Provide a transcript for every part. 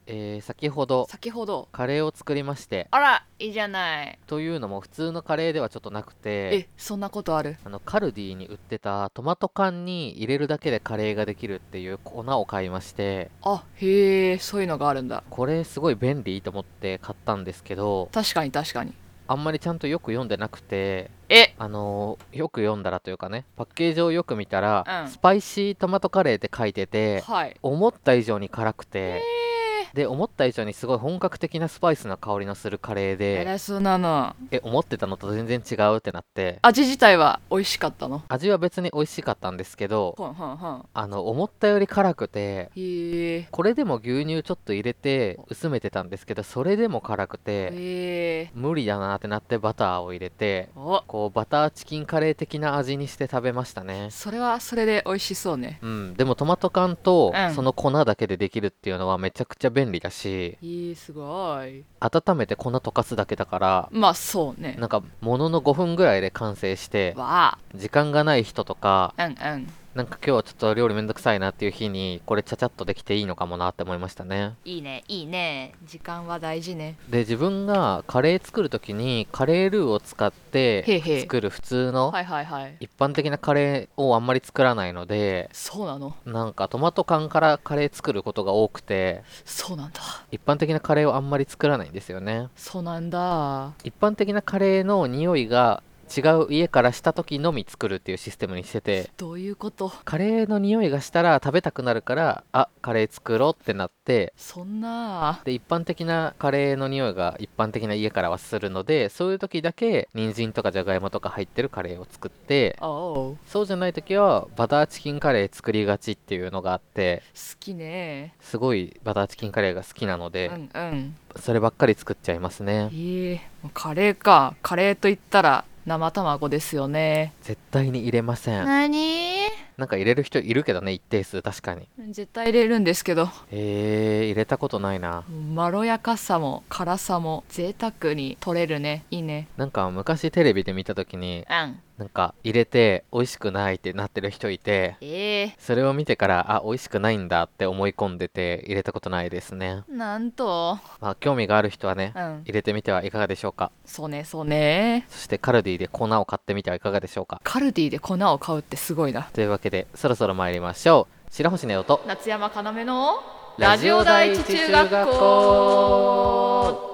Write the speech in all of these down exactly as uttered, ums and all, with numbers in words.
えー、先ほど先ほどカレーを作りまして、 あらいいじゃない。 というのも普通のカレーではちょっとなくて、 えそんなことある？ あのカルディに売ってたトマト缶に入れるだけでカレーができるっていう粉を買いまして、 あへえ、そういうのがあるんだ。 これすごい便利と思って買ったんですけど、 確かに確かに。 あんまりちゃんとよく読んでなくて、 えあのーよく読んだらというかね、パッケージをよく見たら、 うんスパイシートマトカレーって書いてて、 はい。 思った以上に辛くえて、で、思った以上にすごい本格的なスパイスな香りのするカレーー、 で、 偉そうなの。 え、思ってたのと全然違うってなって、 味自体は美味しかったの？ 味は別に美味しかったんですけど、 ほんほんほん。 あの、思ったより辛くて、 へえこれでも牛乳ちょっと入れて薄めてたんですけど、それでも辛くて、 へえ。 無理だなってなってバターを入れて、 お、 こう、バターチキンカレー的な味にして食べましたね。 それはそれで美味しそうね。 うん、でもトマト缶とうんその粉だけでできるっていうのはめちゃくちゃ便利だし、 えー、すごい。 温めて粉溶かすだけだから、 まあそうね。 なんかもののごふんぐらいで完成して、 わ時間がない人とか、 あうんうんなんか今日はちょっと料理めんどくさいなっていう日にこれちゃちゃっとできていいのかもなって思いましたね。 いいねいいね。時間は大事ね。 で、自分がカレー作るときにカレールーを使ってへいへい。 作る普通のはいはいはい。 一般的なカレーをあんまり作らないので、 そうなの？ なんかトマト缶からカレー作ることが多くて、 そうなんだ。 一般的なカレーをあんまり作らないんですよね。 そうなんだ。 一般的なカレーの匂いが違う家からした時のみ作るっていうシステムにしてて、 どういうこと？ カレーの匂いがしたら食べたくなるから、あ、カレー作ろうってなって、 そんな。 で、一般的なカレーの匂いが一般的な家からはするので、そういう時だけ人参とかじゃがいもとか入ってるカレーを作って、 おう。 そうじゃない時はバターチキンカレー作りがちっていうのがあって、 好きね。 すごいバターチキンカレーが好きなのうで、 んうん。 そればっかり作っちゃいますね。 ええもうカレーか。カレーと言ったら生卵ですよね。 絶対に入れません。 なに？ なんか入れる人いるけどね、一定数確かに。 絶対入れるんですけど、 えー、入れたことないな。 まろやかさも辛さも贅沢に取れるね。いいね。 なんか昔テレビで見た時に、 うんなんか入れて美味しくないってなってる人いて、 ええそれを見てからあ美味しくないんだって思い込んでて入れたことないですね。 なんと。 まあ興味がある人はね、 うん入れてみてはいかがでしょうか。 そうねそうね。 そしてカルディで粉を買ってみてはいかがでしょうか。 カルディで粉を買うってすごいな。 というわけでそろそろ参りましょう。白星ネオと夏山かなめのラジオ第一中学校。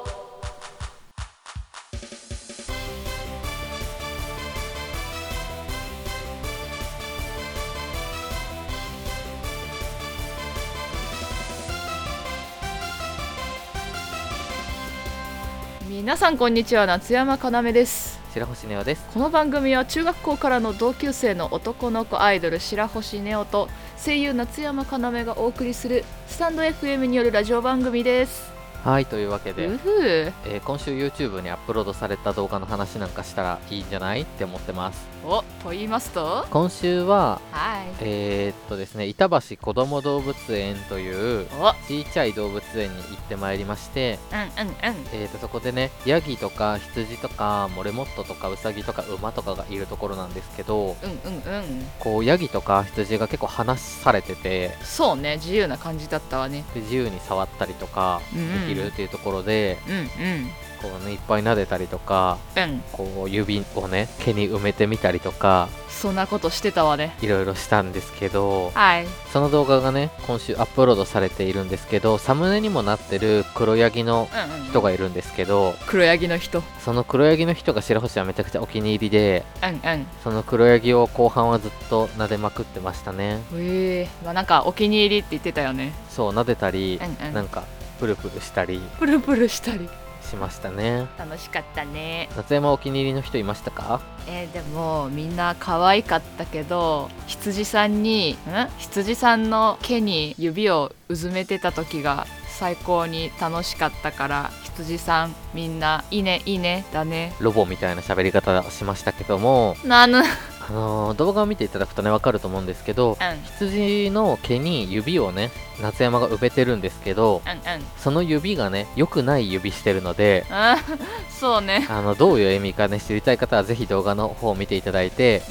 皆さんこんにちは、夏山かなめです。 白星ネオです。 この番組は中学校からの同級生の男の子アイドル白星ネオと声優夏山かなめがお送りするスタンド エフエム によるラジオ番組です。 はい、というわけで、 うふー。 えー今週 YouTube にアップロードされた動画の話なんかしたらいいんじゃないって思ってます。 おと言いますと、 今週ははいえー、っとですね、板橋こども動物園というおちいちゃい動物園に行ってまいりまして、 うんうんうんえー、とそこでね、ヤギとか羊とかモルモットとかウサギとか馬とかがいるところなんですけど、 うんうんうんこうヤギとか羊が結構話されてて、 そうね、自由な感じだったわね。 で自由に触ったりとかうんうんできるっていうところで、 うんうんこうね、いっぱい撫でたりとか、 うんこう指をね毛に埋めてみたりとかそんなことしてたわね。 いろいろしたんですけど、 はいその動画がね今週アップロードされているんですけど、サムネにもなってる黒ヤギのうんうん人がいるんですけど、 黒ヤギの人。 その黒ヤギの人が白星はめちゃくちゃお気に入りで、 うんうんその黒ヤギを後半はずっと撫でまくってましたね。 へえ、まあなんかお気に入りって言ってたよね。 そう、撫でたり、 うんうんなんかプルプルしたりプルプルしたりしましたね。 楽しかったね。 夏山お気に入りの人いましたか？ えー、でもみんな可愛かったけど、羊さんにん羊さんの毛に指をうずめてた時が最高に楽しかったから、羊さんみんないいねいいねだね。 ロボみたいな喋り方しましたけども、 なぬうんあのー動画を見ていただくとねわかると思うんですけど、羊の毛に指をね夏山が埋めてるんですけど、 うんうんその指がね良くない指してるので、 あそうね。 あのどういう意味かね知りたい方はぜひ動画の方を見ていただいて、 うんうん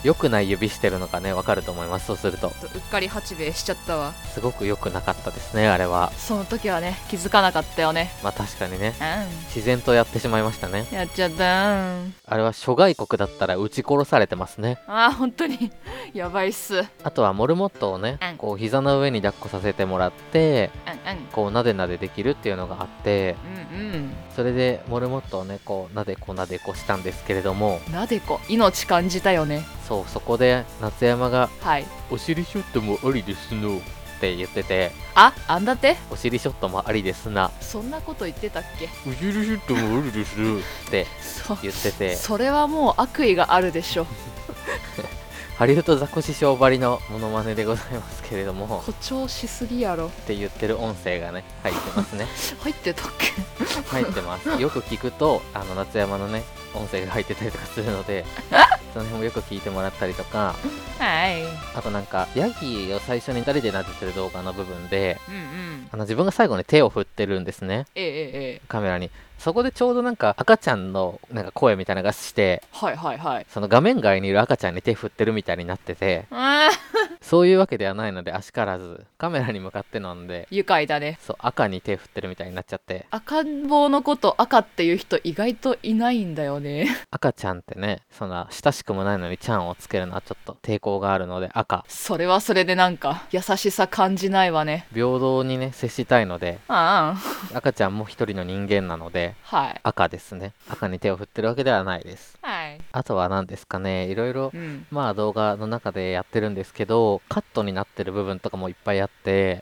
良くない指してるのがねわかると思います。そうするとうっかり八兵衛しちゃったわ。 すごく良くなかったですね、あれは。 その時はね気づかなかったよね。 まあ確かにね、 う自然とやってしまいましたね。 んやっちゃったん。 あれは諸外国だったら撃ち殺されてますね。 あー本当にやばいっす。うんあとはモルモットをね、 うんこう膝の上に抱っこさせてもらってうんこうなでなでできるっていうのがあって、 うんそれでモルモットをねこうなでこなでこしたんですけれども、 うん。なでこ命感じたよね。 そうそこで夏山がはい。 お尻ショットもありですのって言ってて、 ああんだって。 お尻ショットもありですな、 そんなこと言ってたっけ。 お尻ショットもありですってそ言ってて、 それはもう悪意があるでしょ。 ハリウッドザコシショウばりのモノマネでございますけれども誇張しすぎやろ。 って言ってる音声がね入ってますね。 入ってたっけ。 入ってます。よく聞くとあの夏山のね音声が入ってたりとかするのでその辺もよく聞いてもらったりとか、 はい。 あとなんかヤギを最初にふたりで撫でてる動画の部分でうんうん。 あの自分が最後に手を振ってるんですね、 ええええええ。 カメラに。そこでちょうどなんか赤ちゃんのなんか声みたいなのがして、 はいはいはい。 その画面外にいる赤ちゃんに手振ってるみたいになってて、 あーそういうわけではないのであしからずカメラに向かってなんで、 愉快だね。 そう赤に手振ってるみたいになっちゃって、 赤ん坊のこと赤っていう人意外といないんだよね。 赤ちゃんってねそんな親しくもないのにちゃんをつけるのはちょっと抵抗があるので赤、 それはそれでなんか優しさ感じないわね。 平等にね接したいので、 ああ。 赤ちゃんも一人の人間なのではい。 赤ですね。赤に手を振ってるわけではないです。 はい。 あとは何ですかね、いろいろうん。 まあ動画の中でやってるんですけど、カットになってる部分とかもいっぱいあって、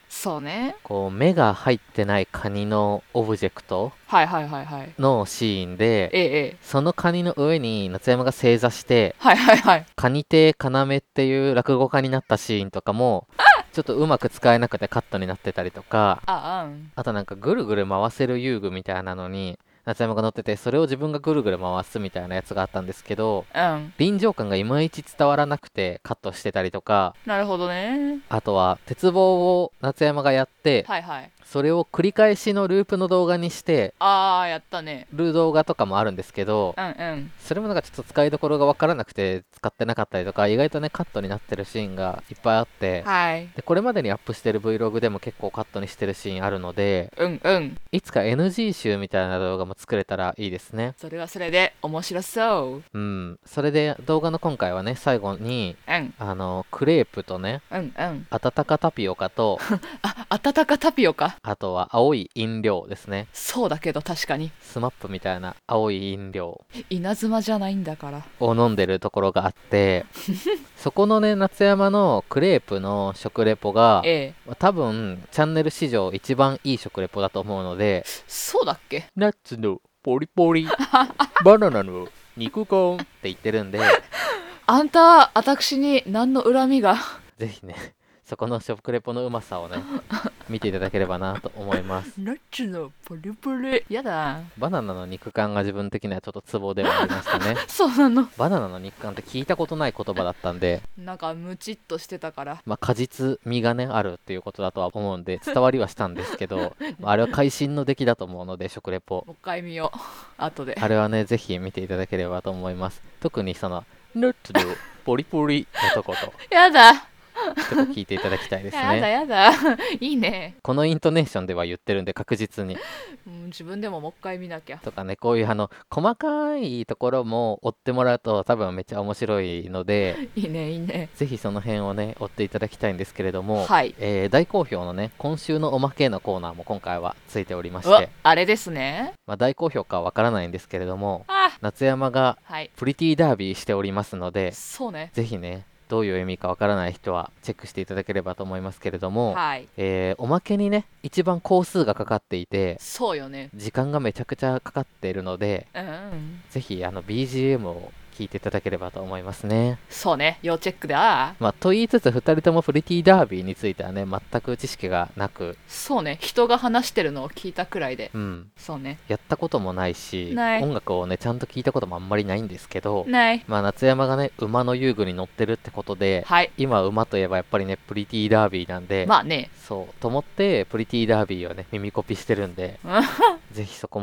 そうね。 こう目が入ってないカニのオブジェクトはいはいはいはい。 のシーンで、 ええええ。 そのカニの上に夏山が正座してはいはいはい。 カニ亭要っていう落語家になったシーンとかもちょっとうまく使えなくてカットになってたりとか、 ああん。 あとなんかぐるぐる回せる遊具みたいなのに夏山が乗ってて、それを自分がぐるぐる回すみたいなやつがあったんですけど、 うん。 臨場感がいまいち伝わらなくてカットしてたりとか、 なるほどね。 あとは鉄棒を夏山がやってはいはい。 それを繰り返しのループの動画にしてああ、やったね。 る動画とかもあるんですけど、 うんうん。 それもなんかちょっと使いどころが分からなくて使ってなかったりとか、意外とねカットになってるシーンがいっぱいあって、 はい。 でこれまでにアップしてる Vlog でも結構カットにしてるシーンあるので、 うんうん。 いつか エヌジー 集みたいな動画も作れたらいいですね。 それはそれで面白そう。 うん、それで動画の今回はね最後にうんあのクレープとねうんうん。 温かタピオカとあ、温かタピオカ。 あとは青い飲料ですね。 そうだけど確かに。 スマップみたいな青い飲料稲妻じゃないんだから。 を飲んでるところがあってそこのね夏山のクレープの食レポがええ。 多分チャンネル史上一番いい食レポだと思うので、 そうだっけ。 ナッツのポリポリバナナの肉コーンって言ってるんであんた、私に何の恨みが。 ぜひねそこの食レポのうまさをね見ていただければなと思います。 ナッツのポリポリ。やだ。 バナナの肉感が自分的にはちょっとツボではありましたね。 そうなの。 バナナの肉感って聞いたことない言葉だったんで、 なんかムチっとしてたから。 まあ果実味がねあるっていうことだとは思うんで伝わりはしたんですけどあれは会心の出来だと思うので食レポもう一回見よう。後で。 あれはねぜひ見ていただければと思います。特にそのナッツのポリポリのとことやだ。 結構聞いていただきたいですやだね。 やだ。いいね。 このイントネーションでは言ってるんで確実にうん、自分でももう一回見なきゃ。 とかね、こういうあの細かいところも追ってもらうと多分めっちゃ面白いのでいいねいいね。 ぜひその辺をね追っていただきたいんですけれども、 はい。 えー大好評のね今週のおまけのコーナーも今回はついておりましうわて、 あれですね。 まあ、大好評かはわからないんですけれども、 あ、 夏山がはい。 プリティダービーしておりますので、 そうね。 ぜひねどういう意味かわからない人はチェックしていただければと思いますけれども、 はい。 えーおまけにね一番工数がかかっていてそうよね。 時間がめちゃくちゃかかっているので、 うんうん。 ぜひあの ビージーエム を聞いていただければと思いますね。 そうね。要チェックだ。 まあ、と言いつつふたりともプリティダービーについてはね全く知識がなく、 そうね。人が話してるのを聞いたくらいで。 うん、 そうね。 やったこともないしない音楽をねちゃんと聞いたこともあんまりないんですけど、 ない。 まあ、夏山がね馬の遊具に乗ってるってことで、 はい。 今馬といえばやっぱりねプリティダービーなんで、 まあね。 そうと思ってプリティダービーをね耳コピしてるんでぜひそこも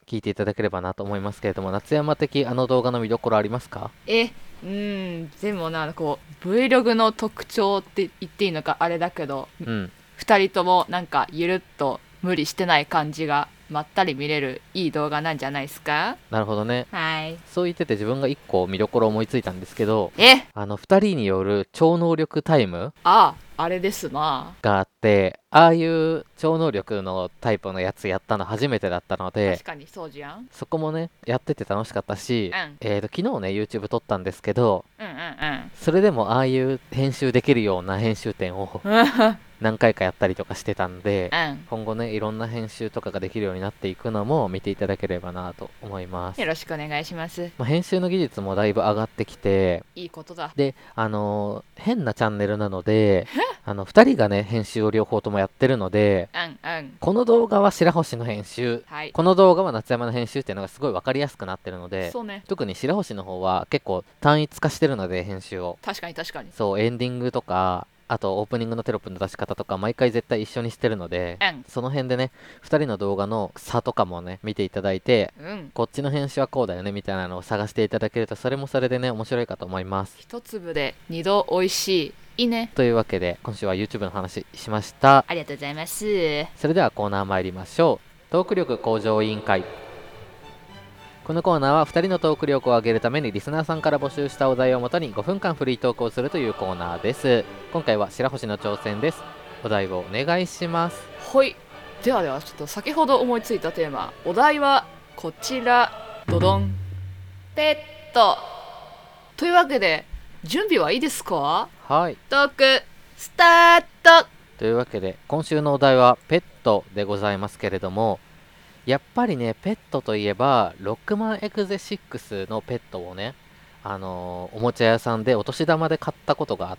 聞いていただければなと思いますけれども、夏山的あの動画の見どころありますか？ えうんでもなこう Vlog の特徴って言っていいのかあれだけど、 うん。 ふたりともなんかゆるっと無理してない感じがまったり見れるいい動画なんじゃないですか？ なるほどね。 はい。 そう言ってて自分がいっこ見どころ思いついたんですけど、 えあのふたりによる超能力タイムああれですな。 があって、ああいう超能力のタイプのやつやったの初めてだったので、 確かにそうじゃん。 そこもね、やってて楽しかったし、 うんえーと、昨日ね、YouTube 撮ったんですけど、 うんうんそれでもああいう編集できるような編集点をうんうん何回かやったりとかしてたんで、 うん今後ね、いろんな編集とかができるようになっていくのも見ていただければなと思います。 よろしくお願いします。 まあ、編集の技術もだいぶ上がってきて、 いいことだ。 で、あのー変なチャンネルなので、あの、ふたりがね、編集を両方ともやってるので、 うんうんこの動画は白星の編集、 はいこの動画は夏山の編集っていうのがすごい分かりやすくなってるので、 そうね。 特に白星の方は結構単一化してるので、編集を。 確かに確かに。 そう、エンディングとか、あとオープニングのテロップの出し方とか、毎回絶対一緒にしてるので、 うんその辺でね、ふたりの動画の差とかもね、見ていただいて、 うんこっちの編集はこうだよねみたいなのを探していただけると、それもそれでね、面白いかと思います。 一粒で二度美味しい。いいね。 というわけで、今週は YouTube の話しました。 ありがとうございます。 それではコーナー参りましょう。トーク力向上委員会。このコーナーはふたりのトーク力を上げるためにリスナーさんから募集したお題をもとにごふんかんフリートークをするというコーナーです。今回は白星の挑戦です。お題をお願いします。 ほい。ではではちょっと先ほど思いついたテーマ、お題はこちら。ドドン。ペット。というわけで準備はいいですか？ はい。 トークスタート。 というわけで、今週のお題はペットでございますけれども、やっぱりね、ペットといえば、ロックマンエグゼシックスのペットをね、あのーおもちゃ屋さんでお年玉で買ったことがあって、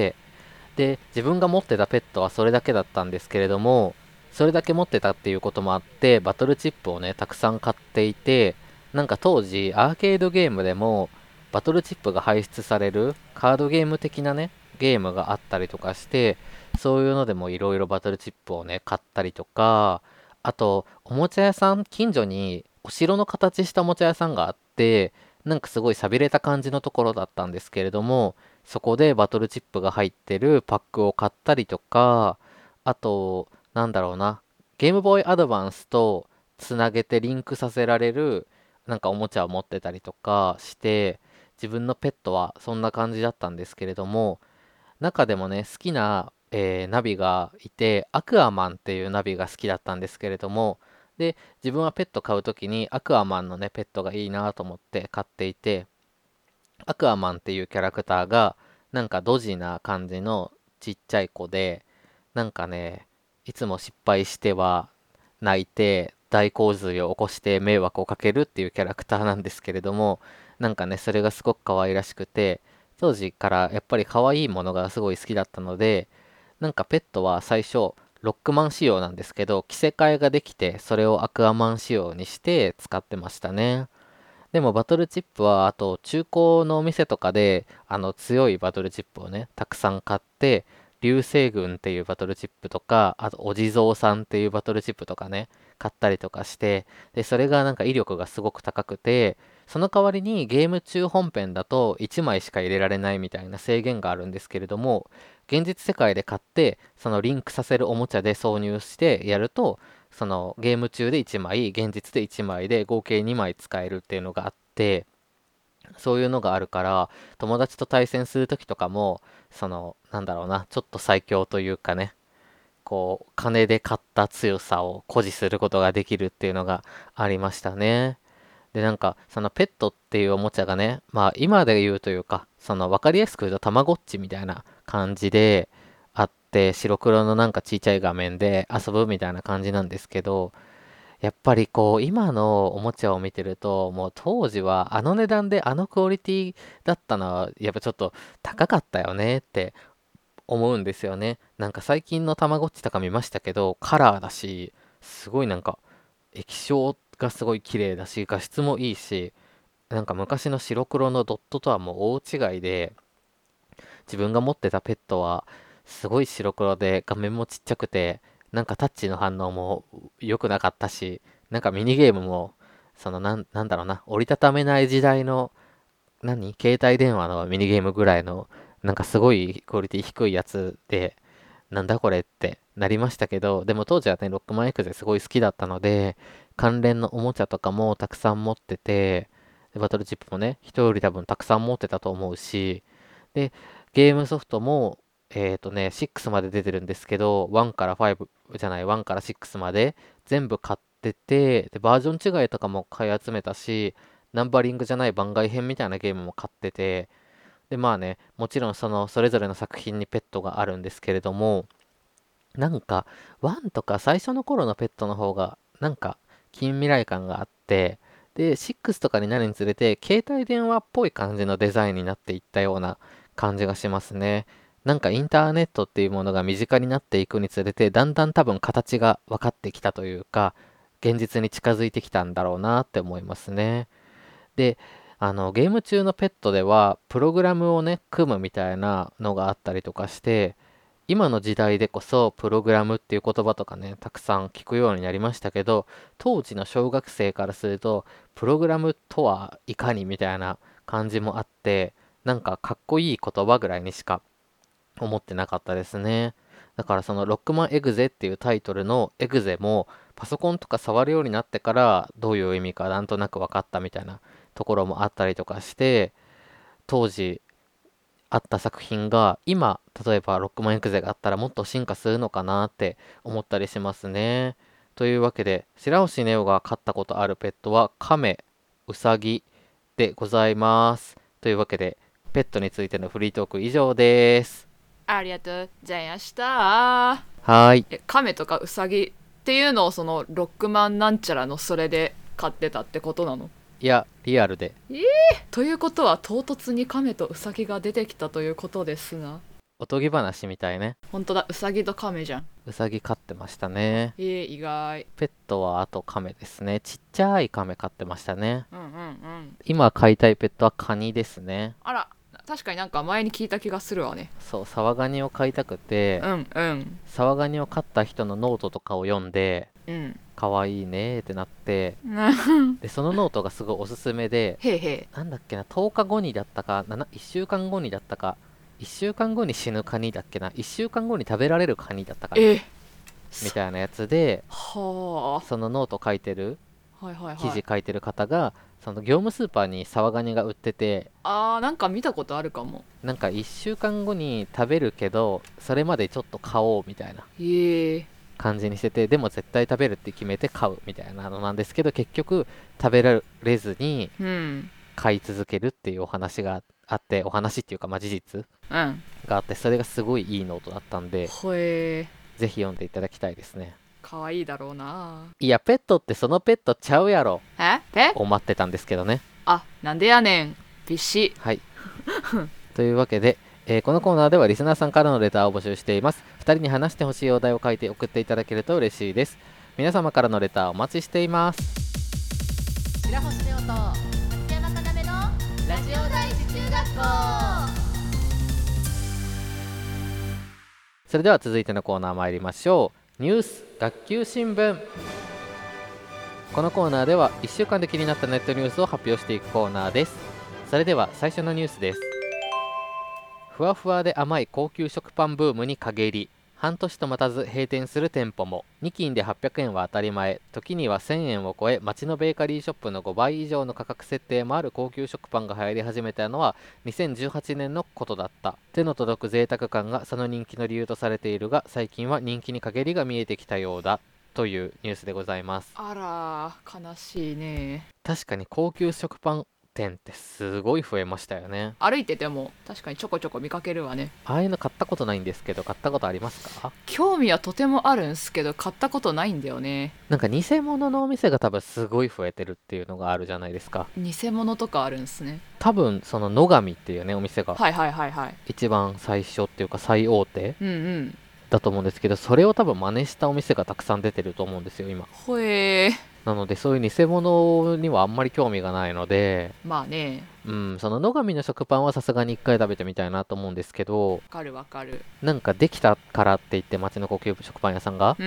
で、自分が持ってたペットはそれだけだったんですけれども、それだけ持ってたっていうこともあって、バトルチップをね、たくさん買っていて、なんか当時、アーケードゲームでも、バトルチップが排出されるカードゲーム的なね、ゲームがあったりとかして、そういうのでもいろいろバトルチップをね、買ったりとか、あと、おもちゃ屋さん、近所にお城の形したおもちゃ屋さんがあって、なんかすごい寂れた感じのところだったんですけれども、そこでバトルチップが入ってるパックを買ったりとか、あと、なんだろうな、ゲームボーイアドバンスとつなげてリンクさせられる、なんかおもちゃを持ってたりとかして、自分のペットはそんな感じだったんですけれども、中でもね、好きな、えーナビがいて、アクアマンっていうナビが好きだったんですけれども、で、自分はペット飼うときにアクアマンのね、ペットがいいなと思って飼っていて、アクアマンっていうキャラクターが、なんかドジな感じのちっちゃい子で、なんかね、いつも失敗しては泣いて、大洪水を起こして迷惑をかけるっていうキャラクターなんですけれども、なんかね、それがすごく可愛らしくて、当時からやっぱり可愛いものがすごい好きだったので、なんかペットは最初、ロックマン仕様なんですけど、着せ替えができて、それをアクアマン仕様にして使ってましたね。でもバトルチップは、あと中古のお店とかで、あの強いバトルチップをね、たくさん買って、流星群っていうバトルチップとか、あとお地蔵さんっていうバトルチップとかね、買ったりとかして、で、それがなんか威力がすごく高くて、その代わりにゲーム中本編だといちまいしか入れられないみたいな制限があるんですけれども、現実世界で買って、そのリンクさせるおもちゃで挿入してやると、そのゲーム中でいちまい、現実でいちまいで合計にまい使えるっていうのがあって、そういうのがあるから、友達と対戦するときとかも、その、なんだろうな、ちょっと最強というかね、こう、金で買った強さを誇示することができるっていうのがありましたね。で、なんか、そのペットっていうおもちゃがね、まあ今で言うというか、その分かりやすく言うとたまごっちみたいな感じであって、白黒のなんかちいちゃい画面で遊ぶみたいな感じなんですけど、やっぱりこう、今のおもちゃを見てると、もう当時はあの値段であのクオリティだったのは、やっぱちょっと高かったよねって思うんですよね。なんか最近のたまごっちとか見ましたけど、カラーだし、すごいなんか液晶がすごい綺麗だし、画質もいいし、なんか昔の白黒のドットとはもう大違いで、自分が持ってたペットはすごい白黒で画面もちっちゃくて、なんかタッチの反応も良くなかったし、なんかミニゲームもそのなん、なんだろうな、折りたためない時代の、何携帯電話のミニゲームぐらいの、なんかすごいクオリティ低いやつで、なんだこれってなりましたけど、でも当時はね、ロックマンエクゼすごい好きだったので、関連のおもちゃとかもたくさん持ってて、でバトルチップもね、人より多分たくさん持ってたと思うし、で、ゲームソフトも、えっとね、シックスまで出てるんですけど、ワンからファイブじゃない、ワンからシックスまで全部買ってて、で、バージョン違いとかも買い集めたし、ナンバリングじゃない番外編みたいなゲームも買ってて、で、まあね、もちろんそのそれぞれの作品にペットがあるんですけれども、なんか、ワンとか最初の頃のペットの方が、なんか、近未来感があって、で、シックスとかになるにつれて、携帯電話っぽい感じのデザインになっていったような感じがしますね。なんかインターネットっていうものが身近になっていくにつれて、だんだん多分形が分かってきたというか、現実に近づいてきたんだろうなって思いますね。で、あの、ゲーム中のペットでは、プログラムをね、組むみたいなのがあったりとかして、今の時代でこそ、プログラムっていう言葉とかね、たくさん聞くようになりましたけど、当時の小学生からすると、プログラムとはいかにみたいな感じもあって、なんかかっこいい言葉ぐらいにしか思ってなかったですね。だからそのロックマンエグゼっていうタイトルのエグゼもパソコンとか触るようになってからどういう意味かなんとなく分かったみたいなところもあったりとかして、当時あった作品が今例えばロックマンエグゼがあったらもっと進化するのかなって思ったりしますね。というわけで白星ネオが飼ったことあるペットはカメ、ウサギでございます。というわけでペットについてのフリートーク以上です。 ありがとうございました。 はーい。 え、カメとかウサギっていうのをそのロックマンなんちゃらのそれで買ってたってことなの？ いや、リアルで。 ということは唐突にカメとウサギが出てきたということですが、 おとぎ話みたいね。 本当だ、ウサギとカメじゃん。 うさぎ飼ってましたね。 えー、意外。 ペットはあとカメですね。ちっちゃいカメ飼ってましたね。 うんうんうん。 今飼いたいペットはカニですね。 あら、確かになんか前に聞いた気がするわね。 そう、サワガニを飼いたくて、 うんうんサワガニを飼った人のノートとかを読んで、 うん可愛いねーってなって、 うんで、そのノートがすごいおすすめで、 へいへなんだっけな、とおかごにだったか、なないっしゅうかんごにだったか、いっしゅうかんごに死ぬカニだっけな、いっしゅうかんごに食べられるカニだったかな、 えみたいなやつで、 はそのノート書いてる、 あ、はいはい記はい。 事書いてる方が、その業務スーパーにサワガニが売ってて、 あー、なんか見たことあるかも。 なんかいっしゅうかんごに食べるけど、それまでちょっと買おうみたいなへえ。 感じにしてて、でも絶対食べるって決めて買うみたいなのなんですけど、結局食べられずにうん。 買い続けるっていうお話があって、お話っていうかまあ事実うん。 があって、それがすごいいいノートだったんで、 ほえー。 ぜひ読んでいただきたいですね。 かわいいだろうな。 いや、ペットってそのペットちゃうやろ、 えペ思ってたんですけどね。 あ、なんでやねん。ビシ。 はい。というわけで、えーこのコーナーではリスナーさんからのレターを募集しています。ふたりに話してほしいお題を書いて送っていただけると嬉しいです。皆様からのレターお待ちしています。 白星ネオと松山かなめのラジオ第一中学校。 それでは続いてのコーナー参りましょう。ニュース学級新聞。このコーナーではいっしゅうかんで気になったネットニュースを発表していくコーナーです。それでは最初のニュースです。ふわふわで甘い高級食パンブームに陰り、半年と待たず閉店する店舗も。に金ではっぴゃくえんは当たり前、時にはせんえんを超え、街のベーカリーショップのごばい以上の価格設定もある高級食パンが流行り始めたのはにせんじゅうはちねんのことだった。手の届く贅沢感がその人気の理由とされているが、最近は人気に陰りが見えてきたようだというニュースでございます。 あら、悲しいね。 確かに高級食パン店ってすごい増えましたよね。 歩いてても確かにちょこちょこ見かけるわね。 ああいうの買ったことないんですけど、買ったことありますか？ 興味はとてもあるんすけど買ったことないんだよね。 なんか偽物のお店が多分すごい増えてるっていうのがあるじゃないですか。 偽物とかあるんすね。 多分その野上っていうねお店がはいはいはいはい。 一番最初っていうか最大手うんうん。 だと思うんですけど、それを多分真似したお店がたくさん出てると思うんですよ今。 ほえー。 なのでそういう偽物にはあんまり興味がないので、 まあね、 うん、その野上の食パンはさすがに一回食べてみたいなと思うんですけど、 わかるわかる。 なんかできたからって言って街の高級食パン屋さんがうん。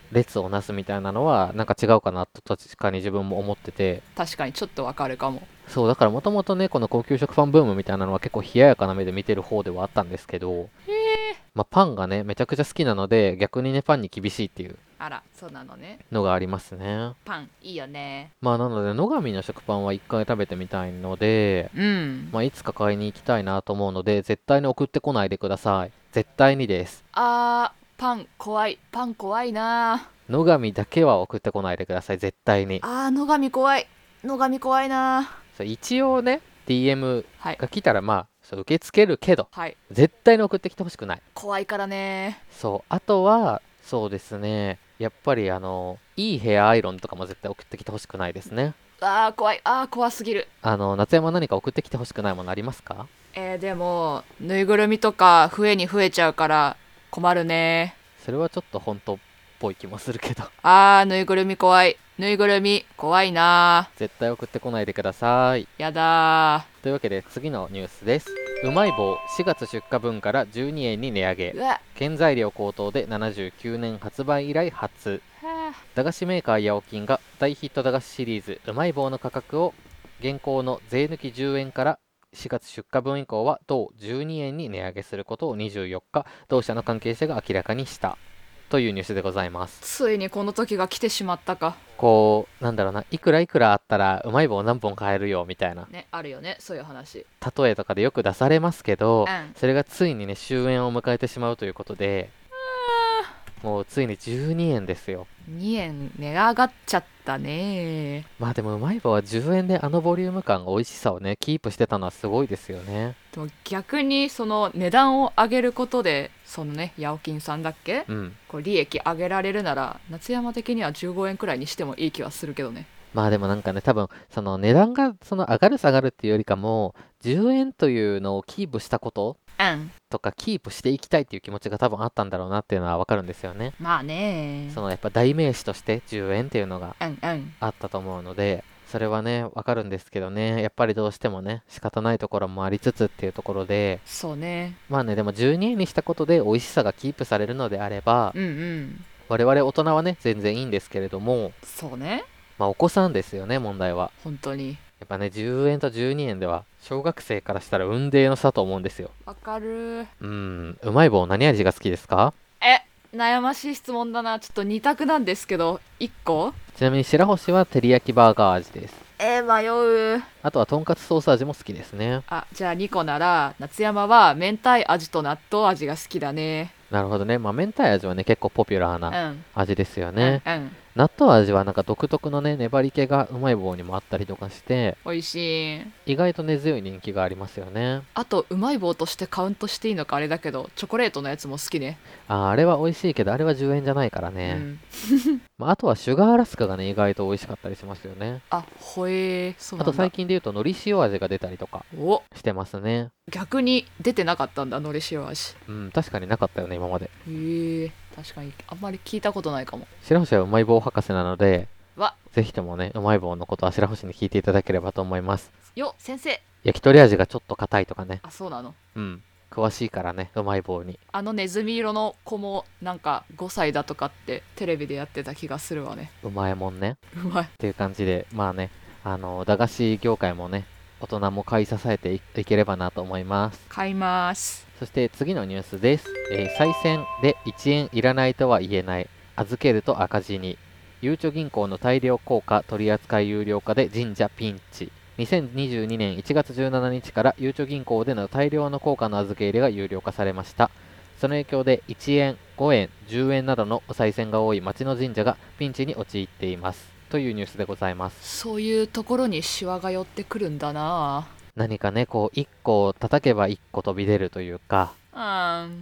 列をなすみたいなのはなんか違うかなと確かに自分も思ってて、 確かにちょっとわかるかも。 そうだからもともとねこの高級食パンブームみたいなのは結構冷ややかな目で見てる方ではあったんですけど、まあ、パンがねめちゃくちゃ好きなので逆にねパンに厳しいっていうあら、そうなのね。 のがありますね。 パンいいよね。 まあなので野上の食パンは一回食べてみたいので、 うん。 まあ、いつか買いに行きたいなと思うので絶対に送ってこないでください。絶対にです。 あー、パン怖い。パン怖いな。 野上だけは送ってこないでください。絶対に。 あー、野上怖い。野上怖いな。 そう一応ね ディーエムはいが来たらまあそう受け付けるけどはい。 絶対に送ってきてほしくない。 怖いからね。 そうあとはそうですねやっぱりあのいいヘアアイロンとかも絶対送ってきてほしくないですね。 あー怖い。あー怖すぎる。 あの夏山何か送ってきてほしくないものありますか？ えー、でもぬいぐるみとか増えに増えちゃうから困るね。 それはちょっと本当っぽい気もするけどあーぬいぐるみ怖い。ぬいぐるみ怖いな。 絶対送ってこないでください。 やだというわけで次のニュースです。うまい棒しがつ出荷分からじゅうにえんに値上げ。 ー。うわ原材料高騰でななじゅうきゅうねん発売以来初。 は駄菓子メーカーヤオキンが大ヒット駄菓子シリーズうまい棒の価格を現行の税抜きじゅうえんからしがつ出荷分以降は同じゅうにえんに値上げすることをにじゅうよっか同社の関係者が明らかにしたというニュースでございます。 ついにこの時が来てしまったか。 こうなんだろうないくらいくらあったらうまい棒何本買えるよみたいなね、あるよねそういう話。 例えとかでよく出されますけど、 うんそれがついにね終焉を迎えてしまうということで、もうついにじゅうにえんですよ。 にえん値上がっちゃったね。 まあでもうまい棒はじゅうえんであのボリューム感美味しさをねキープしてたのはすごいですよね。 でも逆にその値段を上げることでそのねヤオキンさんだっけ、 うんこう利益上げられるなら夏山的にはじゅうごえんくらいにしてもいい気はするけどね。 まあでもなんかね多分その値段がその上がる下がるっていうよりかもじゅうえんというのをキープしたことうんとかキープしていきたいっていう気持ちが多分あったんだろうなっていうのはわかるんですよね。 まあねそのやっぱ代名詞としてじゅうえんっていうのがうんうんあったと思うので、それはねわかるんですけどね、やっぱりどうしてもね仕方ないところもありつつっていうところで、 そうねまあねでもじゅうにえんにしたことで美味しさがキープされるのであれば、 うんうん我々大人はね全然いいんですけれども、 そうねまあお子さんですよね問題は。 本当にやっぱねじゅうえんとじゅうにえんでは小学生からしたら雲泥の差と思うんですよ。 わかる。 うーんうまい棒何味が好きですか？ え悩ましい質問だな。ちょっとに択なんですけどいっこ。 ちなみに白星は照り焼きバーガー味です。 えー、迷う。 あとはとんかつソース味も好きですね。 あじゃあにこなら夏山は明太味と納豆味が好きだね。 なるほどね。まあ明太味はね結構ポピュラーうなん味ですよね。 うん、うん納豆味はなんか独特のね粘り気がうまい棒にもあったりとかして美味しい。 意外と根強い人気がありますよね。 あとうまい棒としてカウントしていいのかあれだけどチョコレートのやつも好きね。 あーあれは美味しいけどあれはじゅうえんじゃないからね、 うん、 まあ、あとはシュガーラスクがね意外と美味しかったりしますよね。 あほえー、そうなんだ。 あと最近で言うと海苔塩味が出たりとかおしてますね。 逆に出てなかったんだのり塩味。 うん確かになかったよね今まで。 へえー、確かにあんまり聞いたことないかも。 白星はうまい棒博士なのでわぜひともねうまい棒のことは白星に聞いていただければと思います。 よ先生。 焼き鳥味がちょっと硬いとかね、 あそうなの。 うん詳しいからねうまい棒に。 あのネズミ色の子もなんかごさいだとかってテレビでやってた気がするわね。 うまいもんねうまい。 っていう感じで、まあね、あの駄菓子業界もね、大人も買い支えていいければなと思います。 買います。 そして次のニュースです。えー、再選でいちえんいらないとは言えない。預けると赤字に。ゆうちょ銀行の大量硬貨取扱有料化で神社ピンチ。にせんにじゅうにねんいちがつじゅうしちにちからゆうちょ銀行での大量の硬貨の預け入れが有料化されました。その影響でいちえん、ごえん、じゅうえんなどのお賽銭が多い町の神社がピンチに陥っています。というニュースでございます。 そういうところにシワが寄ってくるんだな。 何かね、こういっこ叩けばいっこ飛び出るというか、 うん。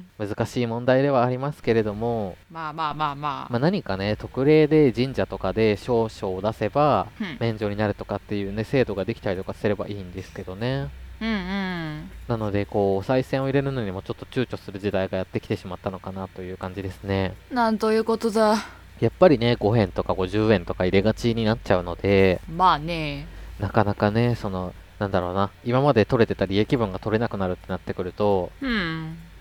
難しい問題ではありますけれども、 まあまあまあまあ。 まあ、何かね、特例で神社とかで証書を出せばうん免除になるとかっていうね、制度ができたりとかすればいいんですけどね。 うんうんなので、こう、お賽銭を入れるのにもちょっと躊躇する時代がやってきてしまったのかなという感じですね。 なんということだ。 やっぱりね、ごえんとかごじゅうえんとか入れがちになっちゃうので、 まあね。 なかなかね、その、なんだろうな、今まで取れてた利益分が取れなくなるってなってくると、 うん。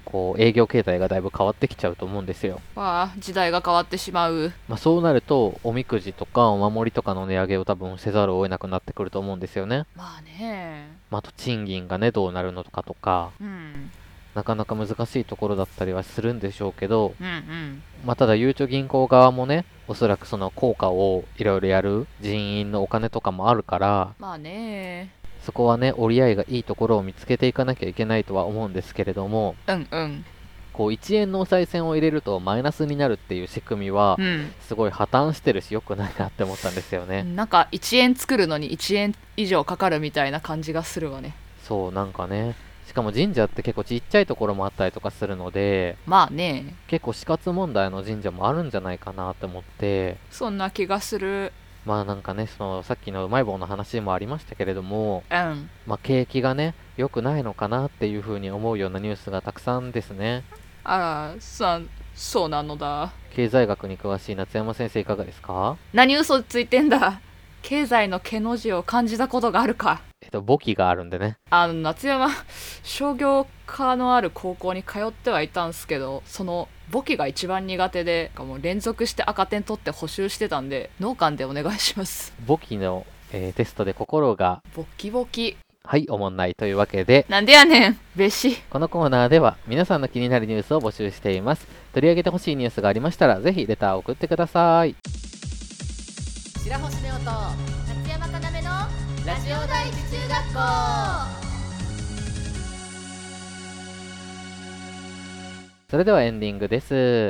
こう営業形態がだいぶ変わってきちゃうと思うんですよ。 わあ、時代が変わってしまう。 まあ、そうなるとおみくじとかお守りとかの値上げを多分せざるを得なくなってくると思うんですよね。 まあね。 まあ、あと賃金がねどうなるのかとか、 うんなかなか難しいところだったりはするんでしょうけど、 うんうんまあ、ただゆうちょ銀行側もねおそらくその効果をいろいろやる人員のお金とかもあるから、 まあね。 そこはね折り合いがいいところを見つけていかなきゃいけないとは思うんですけれども、 うんうんこういちえんのお賽銭を入れるとマイナスになるっていう仕組みはうんすごい破綻してるし良くないなって思ったんですよね。 なんかいちえん作るのにいちえん以上かかるみたいな感じがするわね。 そうなんかね、しかも神社って結構ちっちゃいところもあったりとかするので、 まあね。 結構死活問題の神社もあるんじゃないかなって思って、 そんな気がする。 まあなんかね、そのさっきのうまい棒の話もありましたけれども、 うんまあ景気がね良くないのかなっていう風に思うようなニュースがたくさんですね。 あらさそうなのだ。 経済学に詳しい夏山先生いかがですか？ 何嘘ついてんだ。経済の毛の字を感じたことがあるか。 えっと簿記があるんでね。 あの夏山商業科のある高校に通ってはいたんすけど、その簿記が一番苦手で、もう連続して赤点取って補習してたんで、農館でお願いします。 簿記の、えーテストで心が簿記簿記はいおもんないというわけで、 なんでやねんべし。 このコーナーでは皆さんの気になるニュースを募集しています。取り上げてほしいニュースがありましたらぜひレターを送ってください。 白星ネオと夏山かなめのラジオ第一中学校。 それではエンディングです。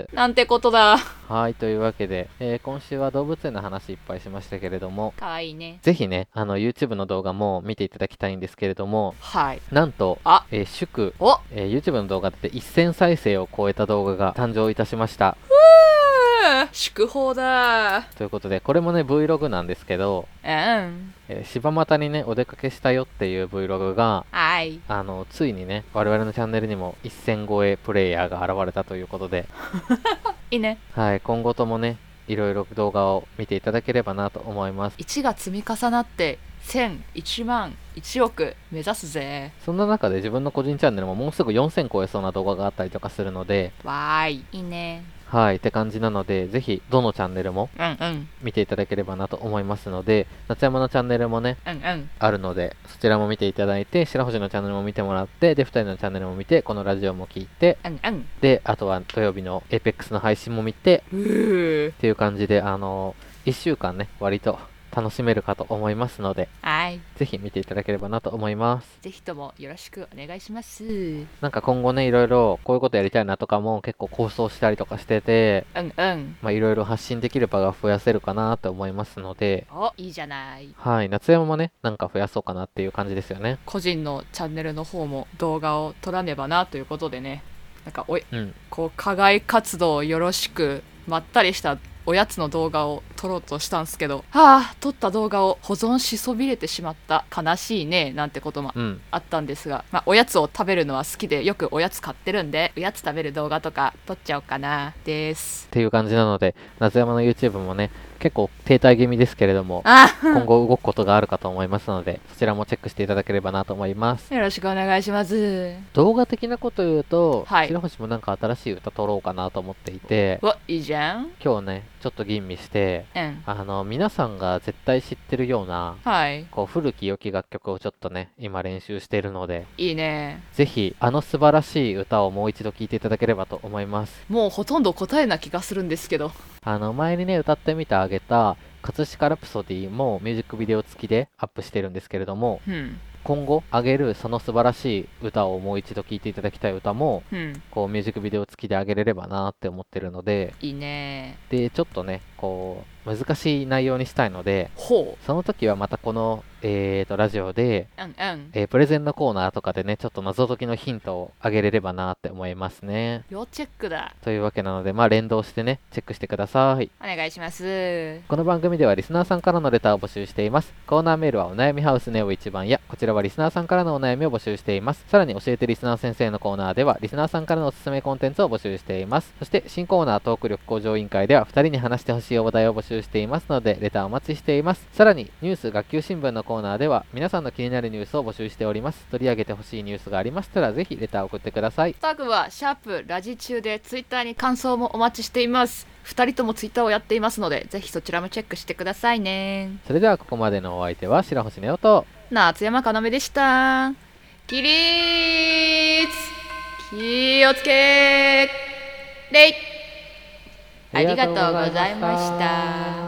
なんてことだ。 はい、というわけで、えー今週は動物園の話いっぱいしましたけれども、 かわいいね。 ぜひね、あの YouTube の動画も見ていただきたいんですけれども、 はい。 なんと、 あえー祝、 おえー YouTube の動画でせんさいせいを超えた動画が誕生いたしました。 祝報だ。 ということで、これもね、Vlog なんですけど、 うん。 えー柴又にね、お出かけしたよっていう Vlog が、 はい。 あの、ついにね、我々のチャンネルにもせん超えプレイヤーが現れたということで、 いいね。 はい、今後ともね、いろいろ動画を見ていただければなと思います。 いちが積み重なってせん、いちまん、いちおく目指すぜ。 そんな中で自分の個人チャンネルももうすぐよんせん超えそうな動画があったりとかするので、 わーい。いいね。 はいって感じなので、ぜひどのチャンネルもうんうん。 見ていただければなと思いますので、夏山のチャンネルもね、 うんうん。 あるので、そちらも見ていただいて、白星のチャンネルも見てもらって、で、ふたりのチャンネルも見て、このラジオも聞いて、 うんうん。 で、あとは土曜日の エーペックス の配信も見て、 うー。 っていう感じで、あのー、いっしゅうかんね、割と楽しめるかと思いますので、 はい。 ぜひ見ていただければなと思います。 ぜひともよろしくお願いします。 なんか今後ね、いろいろこういうことやりたいなとかも結構構想したりとかしてて、 うんうん。 まあいろいろ発信できる場が増やせるかなと思いますので、 お、いいじゃない。 はい、夏山もね、なんか増やそうかなっていう感じですよね。 個人のチャンネルの方も動画を撮らねばなということでね。なんかおい、 うん。 こう課外活動をよろしくまったりしたおやつの動画を撮ろうとしたんすけど、はあ、撮った動画を保存しそびれてしまった、悲しいねなんてこともうん。 あったんですが、まあ、おやつを食べるのは好きでよくおやつ買ってるんで、おやつ食べる動画とか撮っちゃおうかなです。 っていう感じなので、夏山の YouTube もね、結構停滞気味ですけれども、 あ今後動くことがあるかと思いますので、そちらもチェックしていただければなと思います。 よろしくお願いします。 動画的なこと言うと、 はい白星もなんか新しい歌撮ろうかなと思っていて、 うわ、いいじゃん。 今日ね、ちょっと吟味して、 うん。 あの、皆さんが絶対知ってるような、 はい。 こう、古き良き楽曲をちょっとね、今練習しているので、 いいね。 ぜひ、あの素晴らしい歌をもう一度聴いていただければと思います。 もうほとんど答えな気がするんですけど。 あの、前にね、歌ってみてあげた、葛飾ラプソディもミュージックビデオ付きでアップしてるんですけれども、 うん。 今後あげるその素晴らしい歌をもう一度聴いていただきたい歌も、 うん。 こう、ミュージックビデオ付きであげれればなって思ってるので、 いいね。 で、ちょっとね、こう、難しい内容にしたいので、 ほその時はまたこの、えーと、ラジオで、 う。うんうん。 えープレゼンのコーナーとかでね、ちょっと謎解きのヒントをあげれればなって思いますね。 要チェックだ。 というわけなので、まあ連動してね、チェックしてください。 お願いします。 この番組ではリスナーさんからのレターを募集しています。コーナーメールはお悩みハウスネオ一番や、こちらはリスナーさんからのお悩みを募集しています。さらに教えてリスナー先生のコーナーでは、リスナーさんからのおすすめコンテンツを募集しています。そして新コーナートーク力向上委員会では、ふたりに話してほしいお題を募集していますので、レターお待ちしています。さらにニュース学級新聞のコーナーコーナーでは皆さんの気になるニュースを募集しております。取り上げてほしいニュースがありましたらぜひレターを送ってください。 ハッシュタグはシャープラジ中でツイッターに感想もお待ちしています。ふたりともツイッターをやっていますのでぜひそちらもチェックしてくださいね。 それではここまでのお相手は白星ネオと夏山かなめでした。起立、気をつけ礼。ありがとうございました。